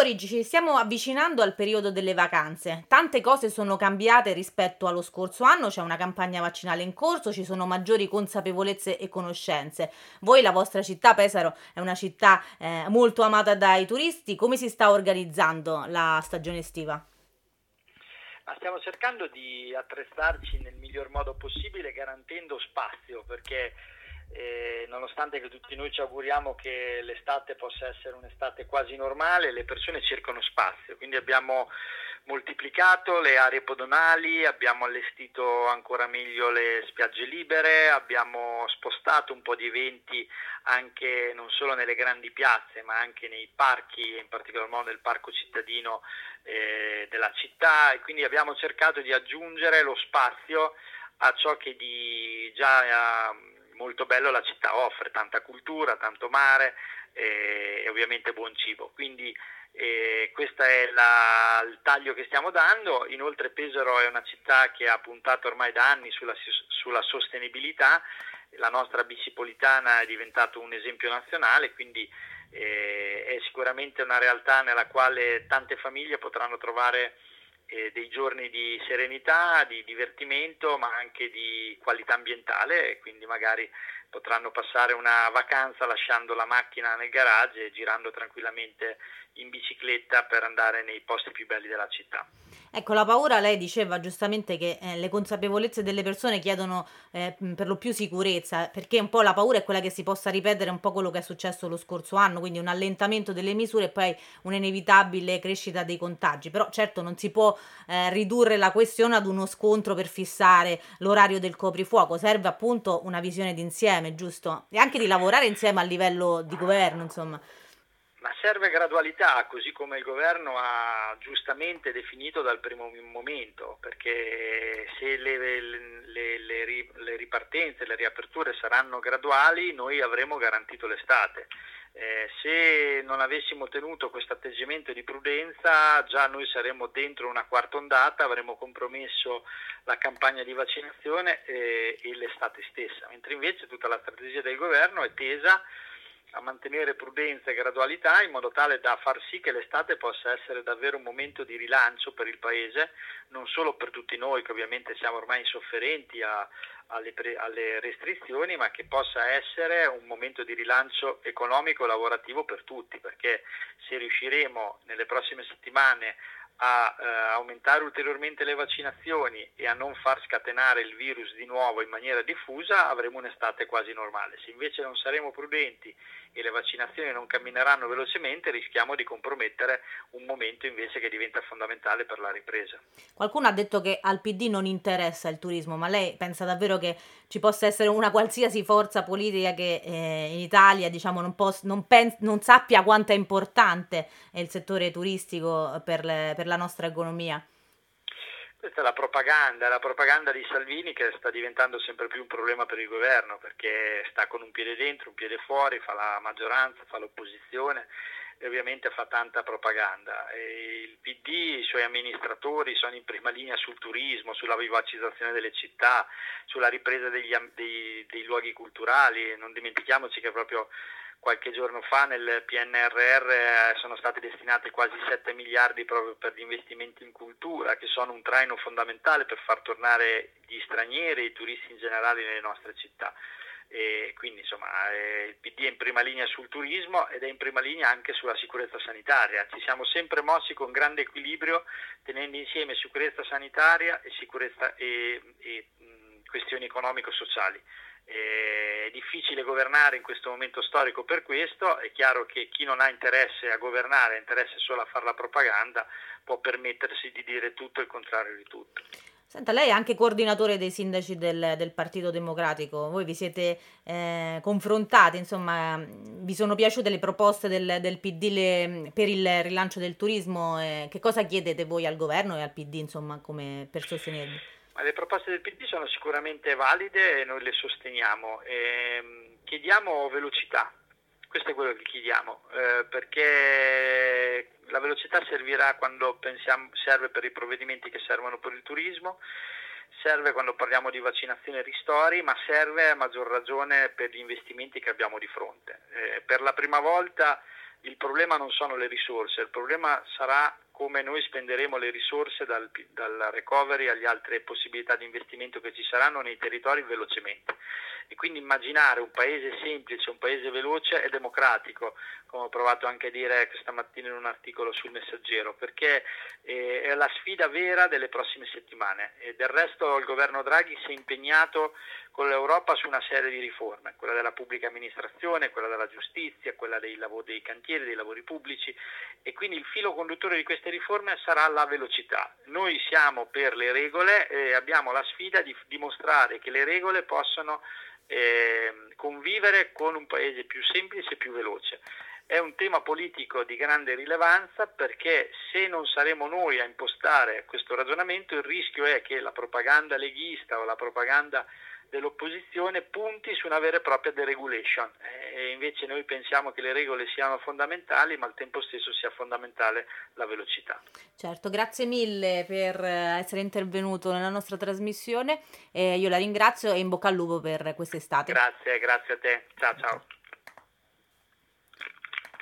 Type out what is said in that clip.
Luigi, ci stiamo avvicinando al periodo delle vacanze. Tante cose sono cambiate rispetto allo scorso anno, c'è una campagna vaccinale in corso, ci sono maggiori consapevolezze e conoscenze. Voi, la vostra città, Pesaro, è una città molto amata dai turisti. Come si sta organizzando la stagione estiva? Ma stiamo cercando di attrezzarci nel miglior modo possibile garantendo spazio perché nonostante che tutti noi ci auguriamo che l'estate possa essere un'estate quasi normale, le persone cercano spazio, quindi abbiamo moltiplicato le aree podonali, abbiamo allestito ancora meglio le spiagge libere, abbiamo spostato un po' di eventi anche non solo nelle grandi piazze ma anche nei parchi, in particolar modo nel parco cittadino della città, e quindi abbiamo cercato di aggiungere lo spazio a ciò che di già molto bello la città offre, tanta cultura, tanto mare e ovviamente buon cibo. Quindi questo è il taglio che stiamo dando. Inoltre Pesaro è una città che ha puntato ormai da anni sulla sostenibilità. La nostra bicipolitana è diventato un esempio nazionale, quindi è sicuramente una realtà nella quale tante famiglie potranno trovare dei giorni di serenità, di divertimento, ma anche di qualità ambientale, e quindi magari potranno passare una vacanza lasciando la macchina nel garage e girando tranquillamente in bicicletta per andare nei posti più belli della città. Ecco, la paura, lei diceva giustamente che le consapevolezze delle persone chiedono per lo più sicurezza, perché un po' la paura è quella che si possa ripetere un po' quello che è successo lo scorso anno, quindi un allentamento delle misure e poi un'inevitabile crescita dei contagi. Però certo non si può ridurre la questione ad uno scontro per fissare l'orario del coprifuoco, serve appunto una visione d'insieme, giusto? E anche di lavorare insieme a livello di governo, insomma. Ma serve gradualità, così come il governo ha giustamente definito dal primo momento, perché se le ripartenze, le riaperture saranno graduali, noi avremo garantito l'estate. Se non avessimo tenuto questo atteggiamento di prudenza, già noi saremmo dentro una quarta ondata, avremmo compromesso la campagna di vaccinazione e l'estate stessa, mentre invece tutta la strategia del governo è tesa a mantenere prudenza e gradualità in modo tale da far sì che l'estate possa essere davvero un momento di rilancio per il Paese, non solo per tutti noi che ovviamente siamo ormai insofferenti alle restrizioni, ma che possa essere un momento di rilancio economico e lavorativo per tutti, perché se riusciremo nelle prossime settimane a aumentare ulteriormente le vaccinazioni e a non far scatenare il virus di nuovo in maniera diffusa, avremo un'estate quasi normale. Se invece non saremo prudenti e le vaccinazioni non cammineranno velocemente, rischiamo di compromettere un momento invece che diventa fondamentale per la ripresa. Qualcuno ha detto che al PD non interessa il turismo, ma lei pensa davvero che ci possa essere una qualsiasi forza politica che in Italia, diciamo, non sappia quanto è importante il settore turistico per la nostra economia? Questa è la propaganda di Salvini che sta diventando sempre più un problema per il governo, perché sta con un piede dentro, un piede fuori, fa la maggioranza, fa l'opposizione e ovviamente fa tanta propaganda. E il PD, i suoi amministratori sono in prima linea sul turismo, sulla vivacizzazione delle città, sulla ripresa dei luoghi culturali. Non dimentichiamoci che proprio qualche giorno fa nel PNRR sono stati destinati quasi 7 miliardi proprio per gli investimenti in cultura, che sono un traino fondamentale per far tornare gli stranieri e i turisti in generale nelle nostre città. E quindi insomma il PD è in prima linea sul turismo ed è in prima linea anche sulla sicurezza sanitaria. Ci siamo sempre mossi con grande equilibrio, tenendo insieme sicurezza sanitaria e questioni economico-sociali. È difficile governare in questo momento storico per questo, è chiaro che chi non ha interesse a governare, ha interesse solo a fare la propaganda, può permettersi di dire tutto e il contrario di tutto. Senta, lei è anche coordinatore dei sindaci del Partito Democratico, voi vi siete confrontati, insomma, vi sono piaciute le proposte del PD per il rilancio del turismo? Che cosa chiedete voi al governo e al PD, insomma, come per sostenervi? Ma le proposte del PD sono sicuramente valide e noi le sosteniamo. Chiediamo velocità, questo è quello che chiediamo, perché la velocità servirà quando serve per i provvedimenti che servono per il turismo, serve quando parliamo di vaccinazione e ristori, ma serve a maggior ragione per gli investimenti che abbiamo di fronte. Per la prima volta il problema non sono le risorse, il problema sarà come noi spenderemo le risorse dal recovery agli altre possibilità di investimento che ci saranno nei territori velocemente. E quindi immaginare un paese semplice, un paese veloce e democratico, come ho provato anche a dire questa mattina in un articolo sul Messaggero, perché è la sfida vera delle prossime settimane. E del resto il governo Draghi si è impegnato con l'Europa su una serie di riforme, quella della pubblica amministrazione, quella della giustizia, quella dei cantieri, dei lavori pubblici, e quindi il filo conduttore di queste riforme sarà la velocità. Noi siamo per le regole e abbiamo la sfida di dimostrare che le regole possono convivere con un paese più semplice e più veloce. È un tema politico di grande rilevanza, perché se non saremo noi a impostare questo ragionamento, il rischio è che la propaganda leghista o la propaganda dell'opposizione punti su una vera e propria deregulation, e invece noi pensiamo che le regole siano fondamentali, ma al tempo stesso sia fondamentale la velocità. Certo, grazie mille per essere intervenuto nella nostra trasmissione, io la ringrazio e in bocca al lupo per quest'estate. Grazie a te, ciao ciao.